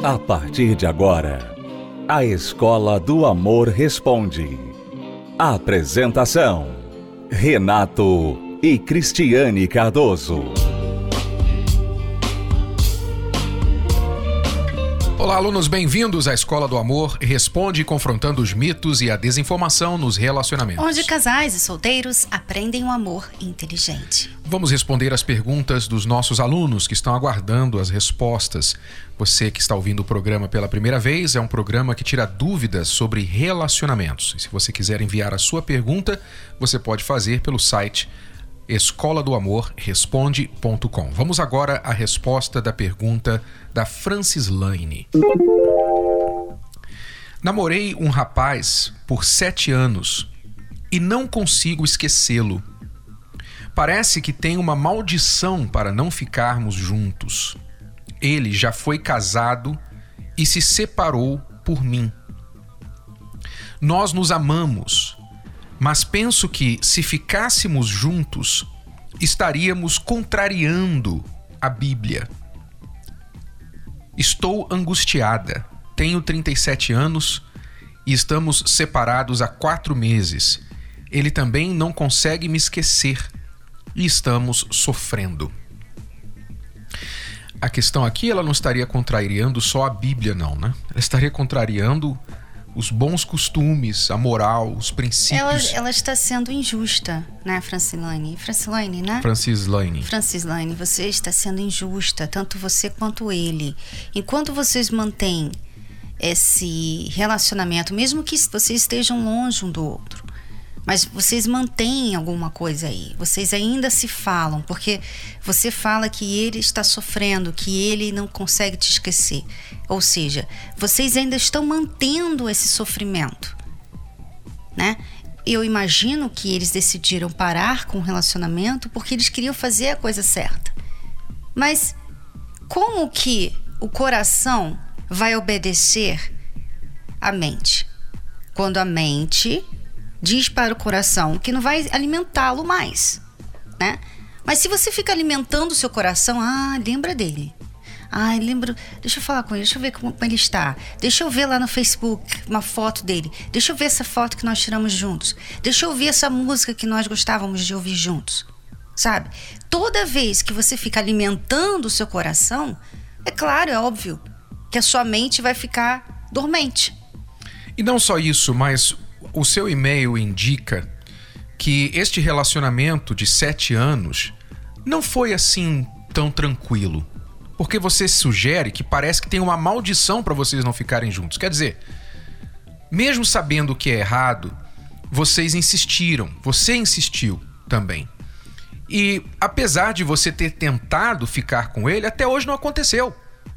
A partir de agora, a Escola do Amor Responde. Apresentação: Renato e Cristiane Cardoso. Olá, alunos, bem-vindos à Escola do Amor Responde, confrontando os mitos e a desinformação nos relacionamentos. Onde casais e solteiros aprendem o amor inteligente. Vamos responder as perguntas dos nossos alunos que estão aguardando as respostas. Você que está ouvindo o programa pela primeira vez, é um programa que tira dúvidas sobre relacionamentos. E se você quiser enviar a sua pergunta, você pode fazer pelo site escoladoamorresponde.com. Vamos agora à resposta da pergunta da Francislaine. Namorei um rapaz por 7 anos e não consigo esquecê-lo. Parece que tem uma maldição para não ficarmos juntos. Ele já foi casado e se separou por mim. Nós nos amamos, mas penso que, se ficássemos juntos, estaríamos contrariando a Bíblia. Estou angustiada, tenho 37 anos e estamos separados há 4 meses. Ele também não consegue me esquecer e estamos sofrendo. A questão aqui, ela não estaria contrariando só a Bíblia, não, né? Ela estaria contrariando os bons costumes, a moral, os princípios. Ela está sendo injusta, né, Francislaine? Francislaine, né? Francislaine, você está sendo injusta, tanto você quanto ele. Enquanto vocês mantêm esse relacionamento, mesmo que vocês estejam longe um do outro, mas vocês mantêm alguma coisa aí. Vocês ainda se falam, porque você fala que ele está sofrendo, que ele não consegue te esquecer. Ou seja, vocês ainda estão mantendo esse sofrimento, né? Eu imagino que eles decidiram parar com o relacionamento porque eles queriam fazer a coisa certa. Mas como que o coração vai obedecer à mente? Quando a mente diz para o coração que não vai alimentá-lo mais, né? Mas se você fica alimentando o seu coração, lembra dele. Lembro, deixa eu falar com ele, deixa eu ver como ele está. Deixa eu ver lá no Facebook uma foto dele. Deixa eu ver essa foto que nós tiramos juntos. Deixa eu ouvir essa música que nós gostávamos de ouvir juntos. Sabe? Toda vez que você fica alimentando o seu coração, é claro, é óbvio que a sua mente vai ficar dormente. E não só isso, mas o seu e-mail indica que este relacionamento de 7 anos não foi assim tão tranquilo. Porque você sugere que parece que tem uma maldição para vocês não ficarem juntos. Quer dizer, mesmo sabendo que é errado, vocês insistiram. Você insistiu também. E apesar de você ter tentado ficar com ele, até hoje não aconteceu.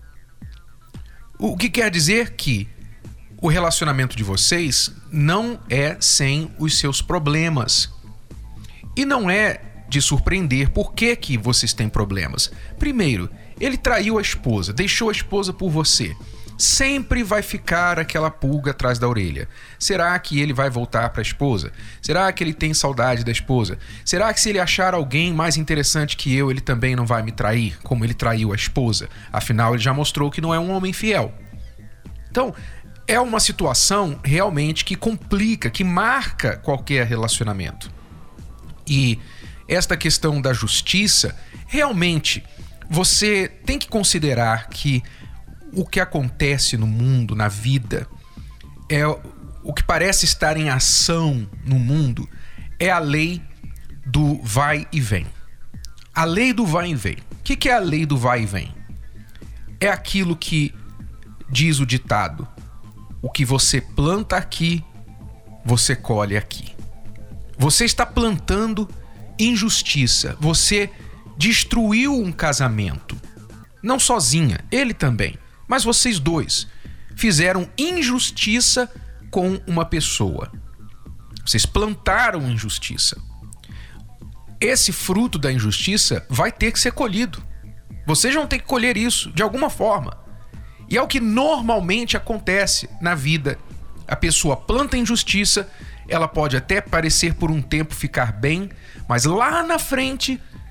O que quer dizer que o relacionamento de vocês não é sem os seus problemas. E não é de surpreender por que vocês têm problemas. Primeiro, ele traiu a esposa, deixou a esposa por você. Sempre vai ficar aquela pulga atrás da orelha. Será que ele vai voltar para a esposa? Será que ele tem saudade da esposa? Será que se ele achar alguém mais interessante que eu, ele também não vai me trair, como ele traiu a esposa? Afinal, ele já mostrou que não é um homem fiel. Então, é uma situação realmente que complica, que marca qualquer relacionamento. E esta questão da justiça, realmente, você tem que considerar que o que acontece no mundo, na vida, é o que parece estar em ação no mundo, é a lei do vai e vem. A lei do vai e vem. O que é a lei do vai e vem? É aquilo que diz o ditado: o que você planta aqui, você colhe aqui. Você está plantando injustiça. Você destruiu um casamento. Não sozinha, ele também. Mas vocês dois fizeram injustiça com uma pessoa. Vocês plantaram injustiça. Esse fruto da injustiça vai ter que ser colhido. Vocês vão ter que colher isso de alguma forma. E é o que normalmente acontece na vida. A pessoa planta injustiça, ela pode até parecer por um tempo ficar bem, mas lá na frente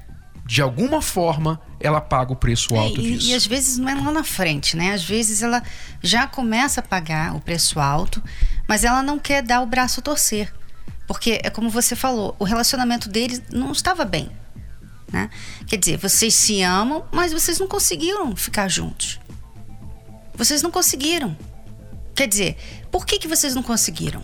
de alguma forma, ela paga o preço alto disso. E às vezes não é lá na frente, né? Às vezes ela já começa a pagar o preço alto, mas ela não quer dar o braço a torcer. Porque é como você falou, o relacionamento deles não estava bem, né? Quer dizer, vocês se amam, mas vocês não conseguiram ficar juntos. Vocês não conseguiram. Quer dizer, por que vocês não conseguiram?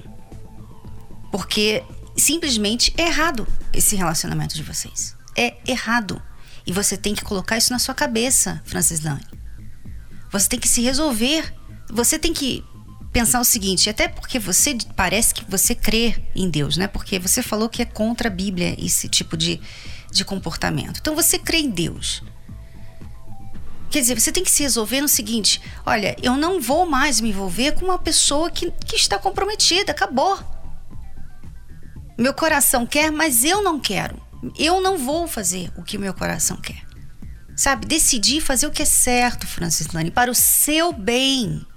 Porque simplesmente é errado esse relacionamento de vocês. É errado. E você tem que colocar isso na sua cabeça, Francislane. Você tem que se resolver. Você tem que pensar o seguinte, até porque você parece que você crê em Deus, né? Porque você falou que é contra a Bíblia esse tipo de comportamento. Então você crê em Deus. Quer dizer, você tem que se resolver no seguinte: olha, eu não vou mais me envolver com uma pessoa que está comprometida, acabou. Meu coração quer, mas eu não quero. Eu não vou fazer o que meu coração quer. Sabe, decidir fazer o que é certo, Francislane, para o seu bem.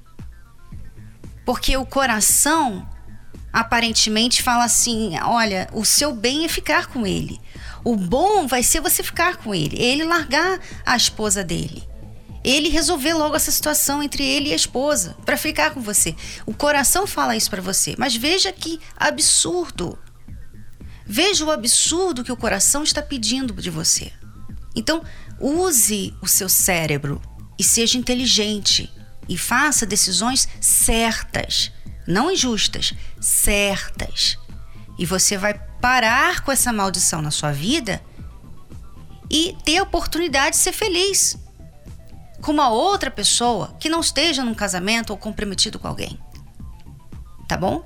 Porque o coração aparentemente fala assim: olha, o seu bem é ficar com ele. O bom vai ser você ficar com ele. Ele largar a esposa dele. Ele resolver logo essa situação entre ele e a esposa para ficar com você. O coração fala isso para você. Mas veja que absurdo. Veja o absurdo que o coração está pedindo de você. Então, use o seu cérebro e seja inteligente. E faça decisões certas. Não injustas, certas. E você vai parar com essa maldição na sua vida e ter a oportunidade de ser feliz com uma outra pessoa que não esteja num casamento ou comprometido com alguém. Tá bom?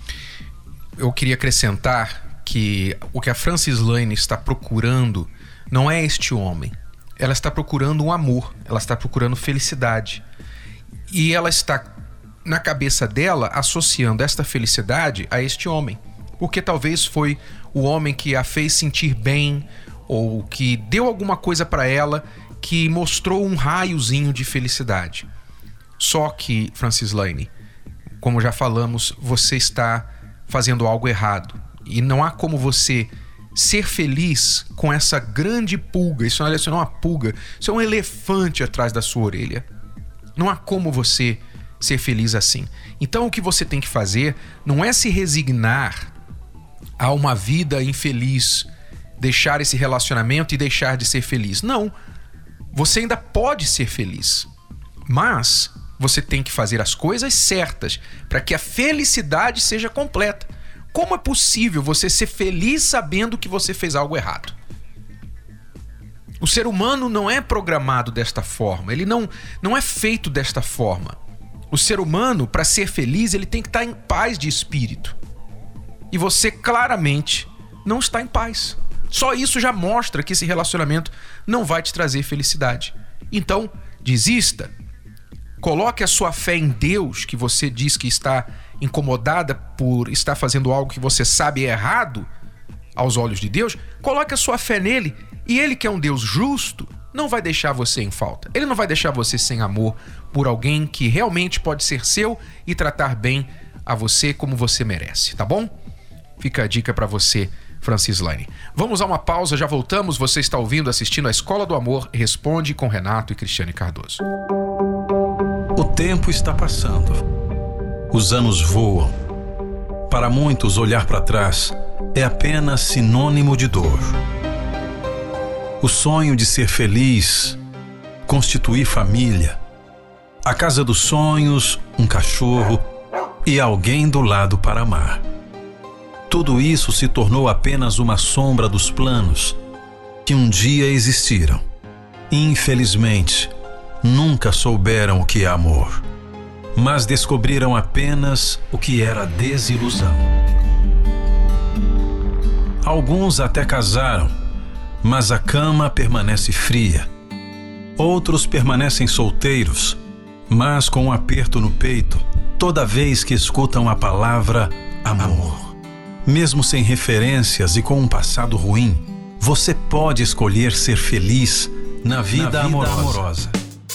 Eu queria acrescentar que o que a Francislane está procurando não é este homem. Ela está procurando um amor, ela está procurando felicidade. E ela está, na cabeça dela, associando esta felicidade a este homem. Porque talvez foi o homem que a fez sentir bem, ou que deu alguma coisa para ela que mostrou um raiozinho de felicidade. Só que, Francislane, como já falamos, você está fazendo algo errado. E não há como você ser feliz com essa grande pulga. Isso não é uma pulga, isso é um elefante atrás da sua orelha. Não há como você ser feliz assim. Então o que você tem que fazer não é se resignar a uma vida infeliz, deixar esse relacionamento e deixar de ser feliz. Não. Você ainda pode ser feliz, mas você tem que fazer as coisas certas para que a felicidade seja completa. Como é possível você ser feliz sabendo que você fez algo errado? O ser humano não é programado desta forma, ele não é feito desta forma. O ser humano, para ser feliz, ele tem que estar em paz de espírito. E você claramente não está em paz. Só isso já mostra que esse relacionamento não vai te trazer felicidade. Então, desista. Coloque a sua fé em Deus, que você diz que está incomodada por estar fazendo algo que você sabe é errado aos olhos de Deus. Coloque a sua fé nele, e ele, que é um Deus justo, não vai deixar você em falta. Ele não vai deixar você sem amor por alguém que realmente pode ser seu e tratar bem a você como você merece, tá bom? Fica a dica para você, Francislane. Vamos a uma pausa, já voltamos. Você está ouvindo, assistindo a Escola do Amor Responde com Renato e Cristiane Cardoso. O tempo está passando. Os anos voam. Para muitos, olhar para trás é apenas sinônimo de dor. O sonho de ser feliz, constituir família, a casa dos sonhos, um cachorro e alguém do lado para amar. Tudo isso se tornou apenas uma sombra dos planos que um dia existiram. Infelizmente, nunca souberam o que é amor, mas descobriram apenas o que era desilusão. Alguns até casaram, mas a cama permanece fria. Outros permanecem solteiros, mas com um aperto no peito toda vez que escutam a palavra amor. Mesmo sem referências e com um passado ruim, você pode escolher ser feliz na vida amorosa.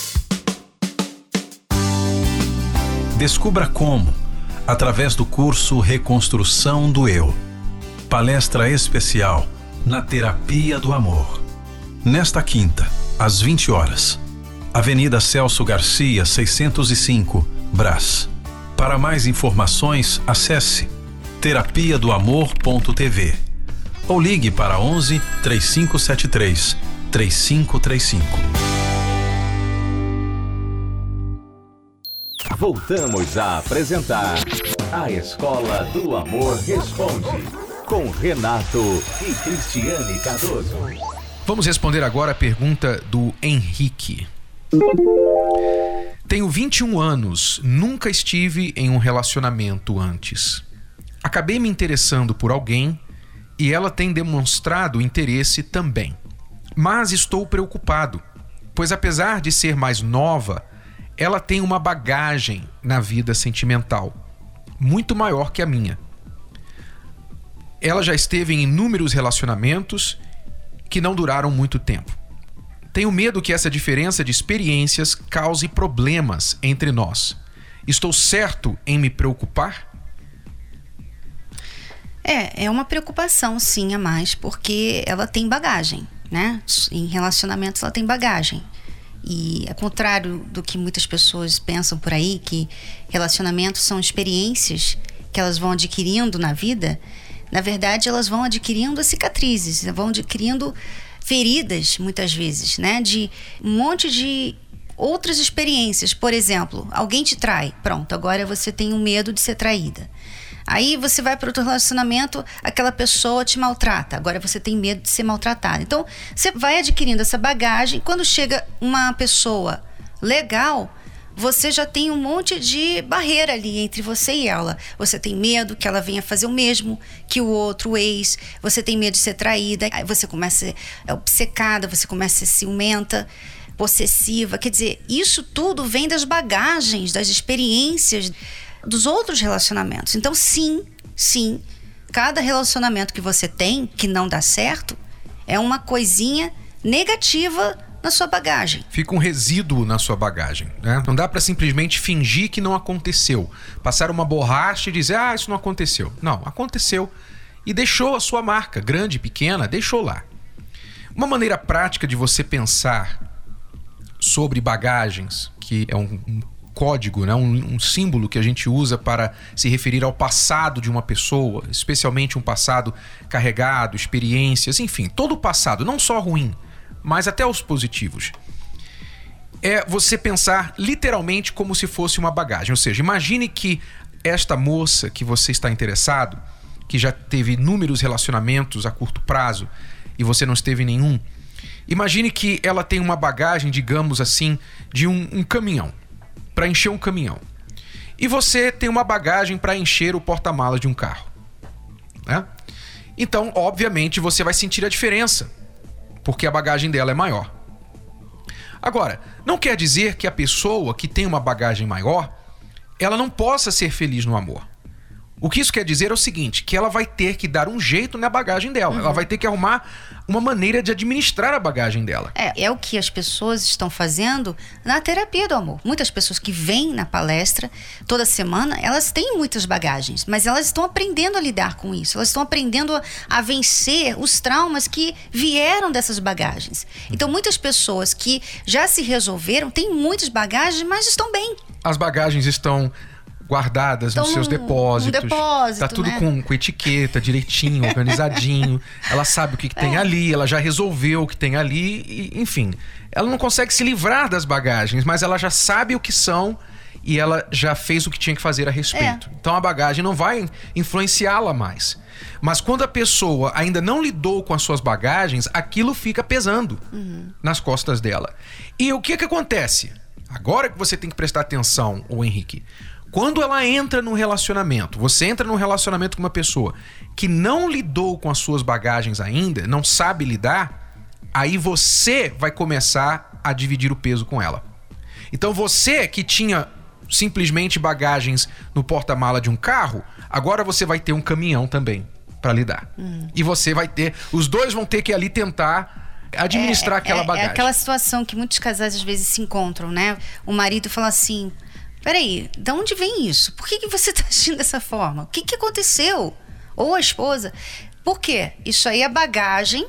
Descubra como, através do curso Reconstrução do Eu, palestra especial na Terapia do Amor. nesta quinta, às 20 horas. Avenida Celso Garcia, 605, Brás. Para mais informações, acesse terapiadoamor.tv ou ligue para 11 3573 3535. Voltamos a apresentar A Escola do Amor Responde, com Renato e Cristiane Cardoso. Vamos responder agora a pergunta do Henrique. Tenho 21 anos, nunca estive em um relacionamento antes. Acabei me interessando por alguém e ela tem demonstrado interesse também. Mas estou preocupado, pois apesar de ser mais nova, ela tem uma bagagem na vida sentimental, muito maior que a minha. Ela já esteve em inúmeros relacionamentos que não duraram muito tempo. Tenho medo que essa diferença de experiências cause problemas entre nós. Estou certo em me preocupar? É uma preocupação, sim, a mais, porque ela tem bagagem, né? Em relacionamentos ela tem bagagem. E ao contrário do que muitas pessoas pensam por aí, que relacionamentos são experiências que elas vão adquirindo na vida, na verdade elas vão adquirindo as cicatrizes, vão adquirindo feridas, muitas vezes, né? De um monte de outras experiências. Por exemplo, alguém te trai. Pronto, agora você tem um medo de ser traída. Aí você vai para outro relacionamento, aquela pessoa te maltrata. Agora você tem medo de ser maltratada. Então, você vai adquirindo essa bagagem. Quando chega uma pessoa legal, você já tem um monte de barreira ali entre você e ela. Você tem medo que ela venha fazer o mesmo que o outro, o ex. Você tem medo de ser traída. Aí você começa a ser obcecada, você começa a ser ciumenta, possessiva. Quer dizer, isso tudo vem das bagagens, das experiências dos outros relacionamentos. Então, sim, cada relacionamento que você tem que não dá certo é uma coisinha negativa na sua bagagem. Fica um resíduo na sua bagagem, né? Não dá para simplesmente fingir que não aconteceu. Passar uma borracha e dizer, isso não aconteceu. Não, aconteceu. E deixou a sua marca, grande, pequena, deixou lá. Uma maneira prática de você pensar sobre bagagens, que é um código, né? um símbolo que a gente usa para se referir ao passado de uma pessoa, especialmente um passado carregado, experiências, enfim, todo o passado, não só ruim, mas até os positivos. É você pensar literalmente como se fosse uma bagagem. Ou seja, imagine que esta moça que você está interessado, que já teve inúmeros relacionamentos a curto prazo e você não esteve em nenhum, imagine que ela tem uma bagagem, digamos assim, de um caminhão, para encher um caminhão. E você tem uma bagagem para encher o porta-malas de um carro, né? Então, obviamente, você vai sentir a diferença, porque a bagagem dela é maior. Agora, não quer dizer que a pessoa que tem uma bagagem maior, ela não possa ser feliz no amor. O que isso quer dizer é o seguinte, que ela vai ter que dar um jeito na bagagem dela. Ela vai ter que arrumar uma maneira de administrar a bagagem dela. É o que as pessoas estão fazendo na terapia do amor. Muitas pessoas que vêm na palestra toda semana, elas têm muitas bagagens, mas elas estão aprendendo a lidar com isso. Elas estão aprendendo a vencer os traumas que vieram dessas bagagens. Então, muitas pessoas que já se resolveram, têm muitas bagagens, mas estão bem. As bagagens estão guardadas nos seus depósitos. Tá tudo, né? com etiqueta, direitinho, organizadinho. Ela sabe o que tem ali, ela já resolveu o que tem ali, e, enfim. Ela não consegue se livrar das bagagens, mas ela já sabe o que são e ela já fez o que tinha que fazer a respeito. Então a bagagem não vai influenciá-la mais. Mas quando a pessoa ainda não lidou com as suas bagagens, aquilo fica pesando nas costas dela. E o que acontece? Agora que você tem que prestar atenção, ô Henrique, quando ela entra num relacionamento, você entra num relacionamento com uma pessoa que não lidou com as suas bagagens ainda, não sabe lidar, aí você vai começar a dividir o peso com ela. Então você que tinha simplesmente bagagens no porta-mala de um carro, agora você vai ter um caminhão também para lidar. E você vai ter, os dois vão ter que ali tentar administrar aquela bagagem. É aquela situação que muitos casais às vezes se encontram, né? O marido fala assim: peraí, de onde vem isso? Por que você está agindo dessa forma? O que aconteceu? Ou a esposa. Por quê? Isso aí é bagagem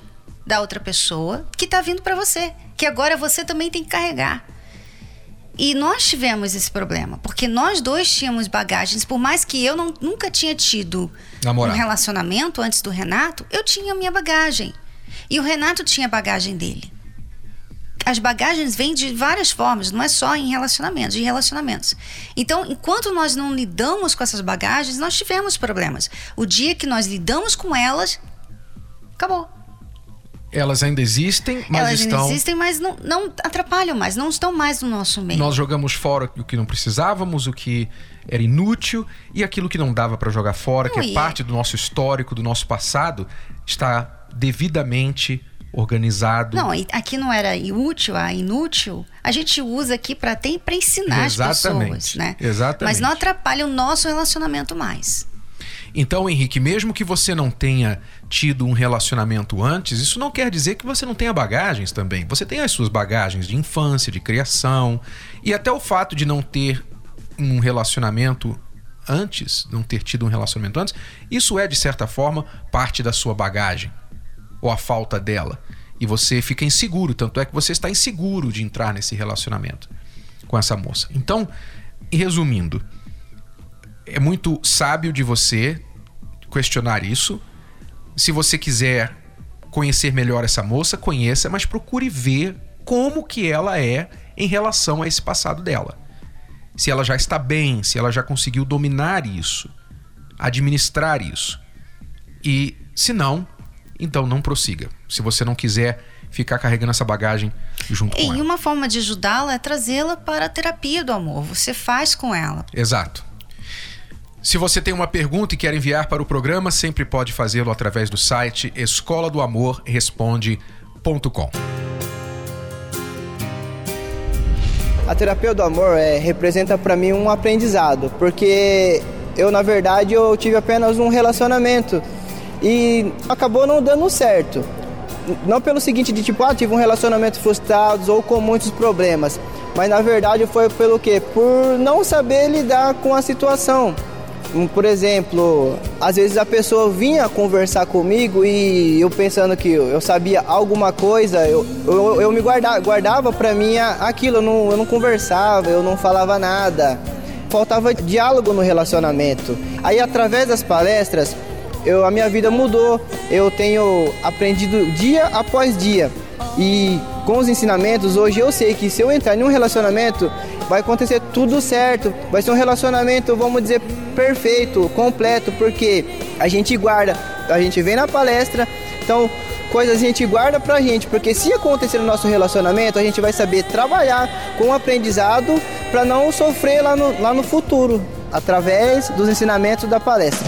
da outra pessoa que tá vindo para você, que agora você também tem que carregar. E nós tivemos esse problema, porque nós dois tínhamos bagagens, por mais que eu nunca tinha tido um relacionamento antes do Renato, eu tinha a minha bagagem. E o Renato tinha a bagagem dele. As bagagens vêm de várias formas, não é só em relacionamentos. Então, enquanto nós não lidamos com essas bagagens, nós tivemos problemas. O dia que nós lidamos com elas, acabou. Elas ainda existem, mas não atrapalham mais, não estão mais no nosso meio. Nós jogamos fora o que não precisávamos, o que era inútil, e aquilo que não dava para jogar fora, que é parte do nosso histórico, do nosso passado, está devidamente organizado. Não, aqui não era inútil, a gente usa aqui para ensinar as pessoas, né? Exatamente. Mas não atrapalha o nosso relacionamento mais. Então, Henrique, mesmo que você não tenha tido um relacionamento antes, isso não quer dizer que você não tenha bagagens também. Você tem as suas bagagens de infância, de criação, e até o fato de não ter um relacionamento antes, não ter tido um relacionamento antes, isso é, de certa forma, parte da sua bagagem, ou a falta dela. E você fica inseguro, tanto é que você está inseguro de entrar nesse relacionamento com essa moça. Então, resumindo, é muito sábio de você questionar isso. Se você quiser conhecer melhor essa moça, conheça, mas procure ver como que ela é em relação a esse passado dela. Se ela já está bem, se ela já conseguiu dominar isso, administrar isso. E se não, então não prossiga. Se você não quiser ficar carregando essa bagagem junto com ela. E uma forma de ajudá-la é trazê-la para a terapia do amor. Você faz com ela. Exato. Se você tem uma pergunta e quer enviar para o programa, sempre pode fazê-lo através do site escoladoamorresponde.com. A terapia do amor representa para mim um aprendizado, porque eu, na verdade, eu tive apenas um relacionamento e acabou não dando certo. Não pelo seguinte de tipo, tive um relacionamento frustrado ou com muitos problemas, mas na verdade foi pelo quê? Por não saber lidar com a situação. Por exemplo, às vezes a pessoa vinha conversar comigo e eu pensando que eu sabia alguma coisa, eu me guardava pra mim aquilo, eu não conversava, eu não falava nada. Faltava diálogo no relacionamento. Aí, através das palestras, a minha vida mudou, eu tenho aprendido dia após dia. E com os ensinamentos, hoje eu sei que se eu entrar em um relacionamento, vai acontecer tudo certo, vai ser um relacionamento, vamos dizer, perfeito, completo, porque a gente guarda, a gente vem na palestra, então coisas a gente guarda pra gente, porque se acontecer no nosso relacionamento, a gente vai saber trabalhar com o aprendizado para não sofrer lá no futuro, através dos ensinamentos da palestra.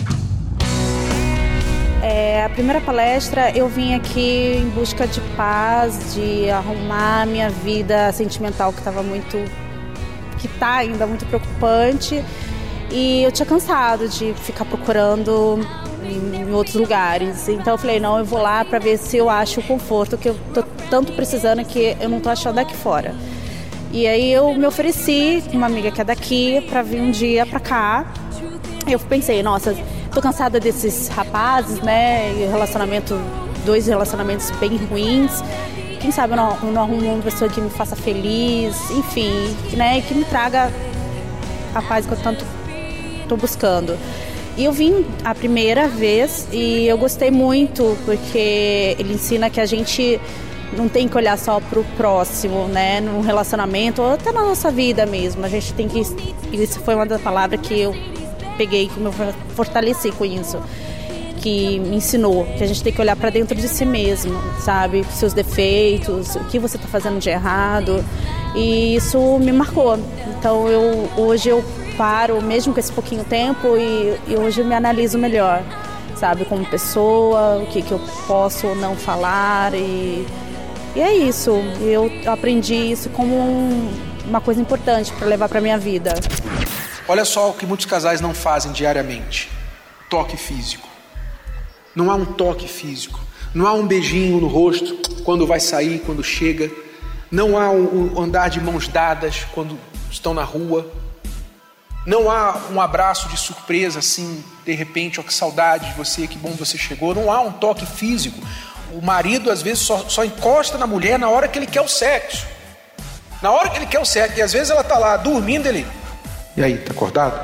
A primeira palestra eu vim aqui em busca de paz, de arrumar minha vida sentimental que está ainda muito preocupante, e eu tinha cansado de ficar procurando em outros lugares. Então eu falei, não, eu vou lá para ver se eu acho o conforto que eu tô tanto precisando que eu não tô achando aqui fora. E aí eu me ofereci com uma amiga que é daqui para vir um dia para cá. Eu pensei, nossa, tô cansada desses rapazes, né, e dois relacionamentos bem ruins. Quem sabe eu não arrumo uma pessoa que me faça feliz, enfim, né, que me traga a paz que eu tanto tô buscando. E eu vim a primeira vez e eu gostei muito, porque ele ensina que a gente não tem que olhar só pro próximo, né, num relacionamento ou até na nossa vida mesmo. A gente tem que... Isso foi uma das palavras que eu peguei, que eu fortaleci com isso, que me ensinou que a gente tem que olhar para dentro de si mesmo, sabe? Seus defeitos, o que você está fazendo de errado, e isso me marcou. Então hoje eu paro, mesmo com esse pouquinho tempo, e hoje eu me analiso melhor, sabe? Como pessoa, o que eu posso ou não falar, e é isso. Eu aprendi isso como uma coisa importante para levar para minha vida. Olha só o que muitos casais não fazem diariamente. Toque físico. Não há um toque físico. Não há um beijinho no rosto quando vai sair, quando chega. Não há um andar de mãos dadas quando estão na rua. Não há um abraço de surpresa assim, de repente, ó, que saudade de você, que bom você chegou. Não há um toque físico. O marido, às vezes, só encosta na mulher na hora que ele quer o sexo. Na hora que ele quer o sexo. E às vezes ela tá lá dormindo, ele... E aí, tá acordado?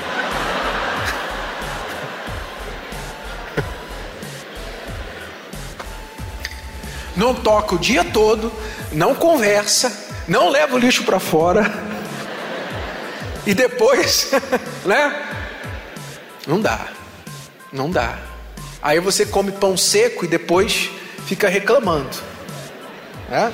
Não toca o dia todo, não conversa, não leva o lixo para fora. E depois, né? Não dá. Aí você come pão seco e depois fica reclamando, né?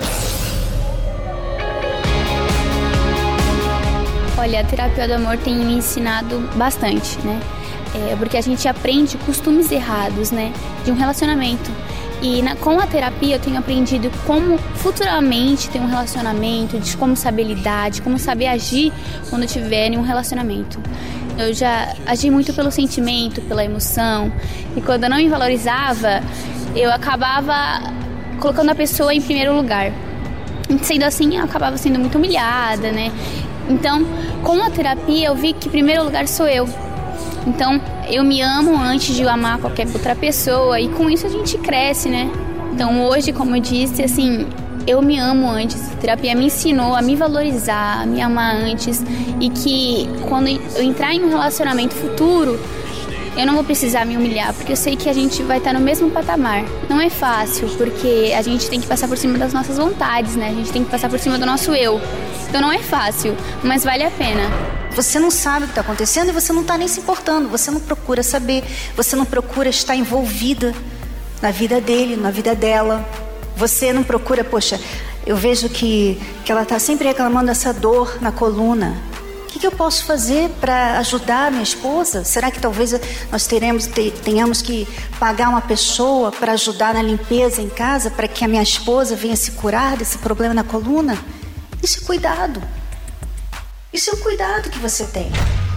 Olha, a terapia do amor tem me ensinado bastante, né? Porque a gente aprende costumes errados, né? De um relacionamento. E com a terapia eu tenho aprendido como futuramente ter um relacionamento, de como saber lidar, de como saber agir quando estiver em um relacionamento. Eu já agi muito pelo sentimento, pela emoção, e quando eu não me valorizava, eu acabava colocando a pessoa em primeiro lugar. E sendo assim, eu acabava sendo muito humilhada, né? Então, com a terapia eu vi que em primeiro lugar sou eu. Então, eu me amo antes de amar qualquer outra pessoa, e com isso a gente cresce, né? Então, hoje, como eu disse, assim, eu me amo antes. A terapia me ensinou a me valorizar, a me amar antes, e que quando eu entrar em um relacionamento futuro, eu não vou precisar me humilhar, porque eu sei que a gente vai estar no mesmo patamar. Não é fácil, porque a gente tem que passar por cima das nossas vontades, né? A gente tem que passar por cima do nosso eu. Então não é fácil, mas vale a pena. Você não sabe o que está acontecendo e você não está nem se importando. Você não procura saber, você não procura estar envolvida na vida dele, na vida dela. Você não procura, poxa, eu vejo que ela está sempre reclamando dessa dor na coluna. O que eu posso fazer para ajudar a minha esposa? Será que talvez nós tenhamos que pagar uma pessoa para ajudar na limpeza em casa, para que a minha esposa venha se curar desse problema na coluna? Isso é cuidado. Isso é o cuidado que você tem.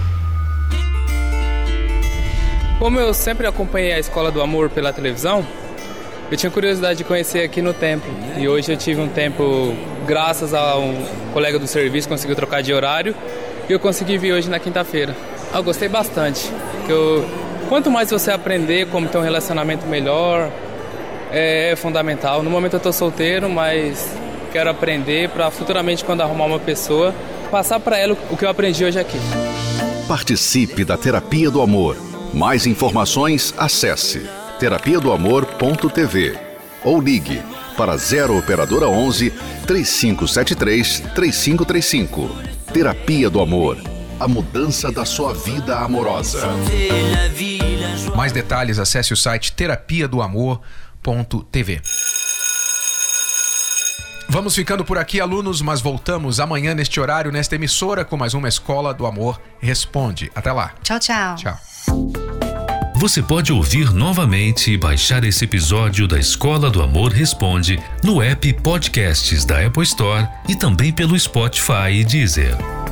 Como eu sempre acompanhei a Escola do Amor pela televisão, eu tinha curiosidade de conhecer aqui no templo. E hoje eu tive um tempo, graças a um colega do serviço, conseguiu trocar de horário. E eu consegui vir hoje na quinta-feira. Eu gostei bastante. Quanto mais você aprender como ter um relacionamento melhor, é fundamental. No momento eu estou solteiro, mas quero aprender para futuramente, quando arrumar uma pessoa, passar para ela o que eu aprendi hoje aqui. Participe da Terapia do Amor. Mais informações, acesse terapiadoamor.tv ou ligue para 0 Operadora 11 3573 3535. Terapia do Amor. A mudança da sua vida amorosa. Mais detalhes, acesse o site terapiadoamor.tv. Vamos ficando por aqui, alunos, mas voltamos amanhã neste horário, nesta emissora, com mais uma Escola do Amor Responde. Até lá. Tchau, tchau. Tchau. Você pode ouvir novamente e baixar esse episódio da Escola do Amor Responde no app Podcasts da Apple Store e também pelo Spotify e Deezer.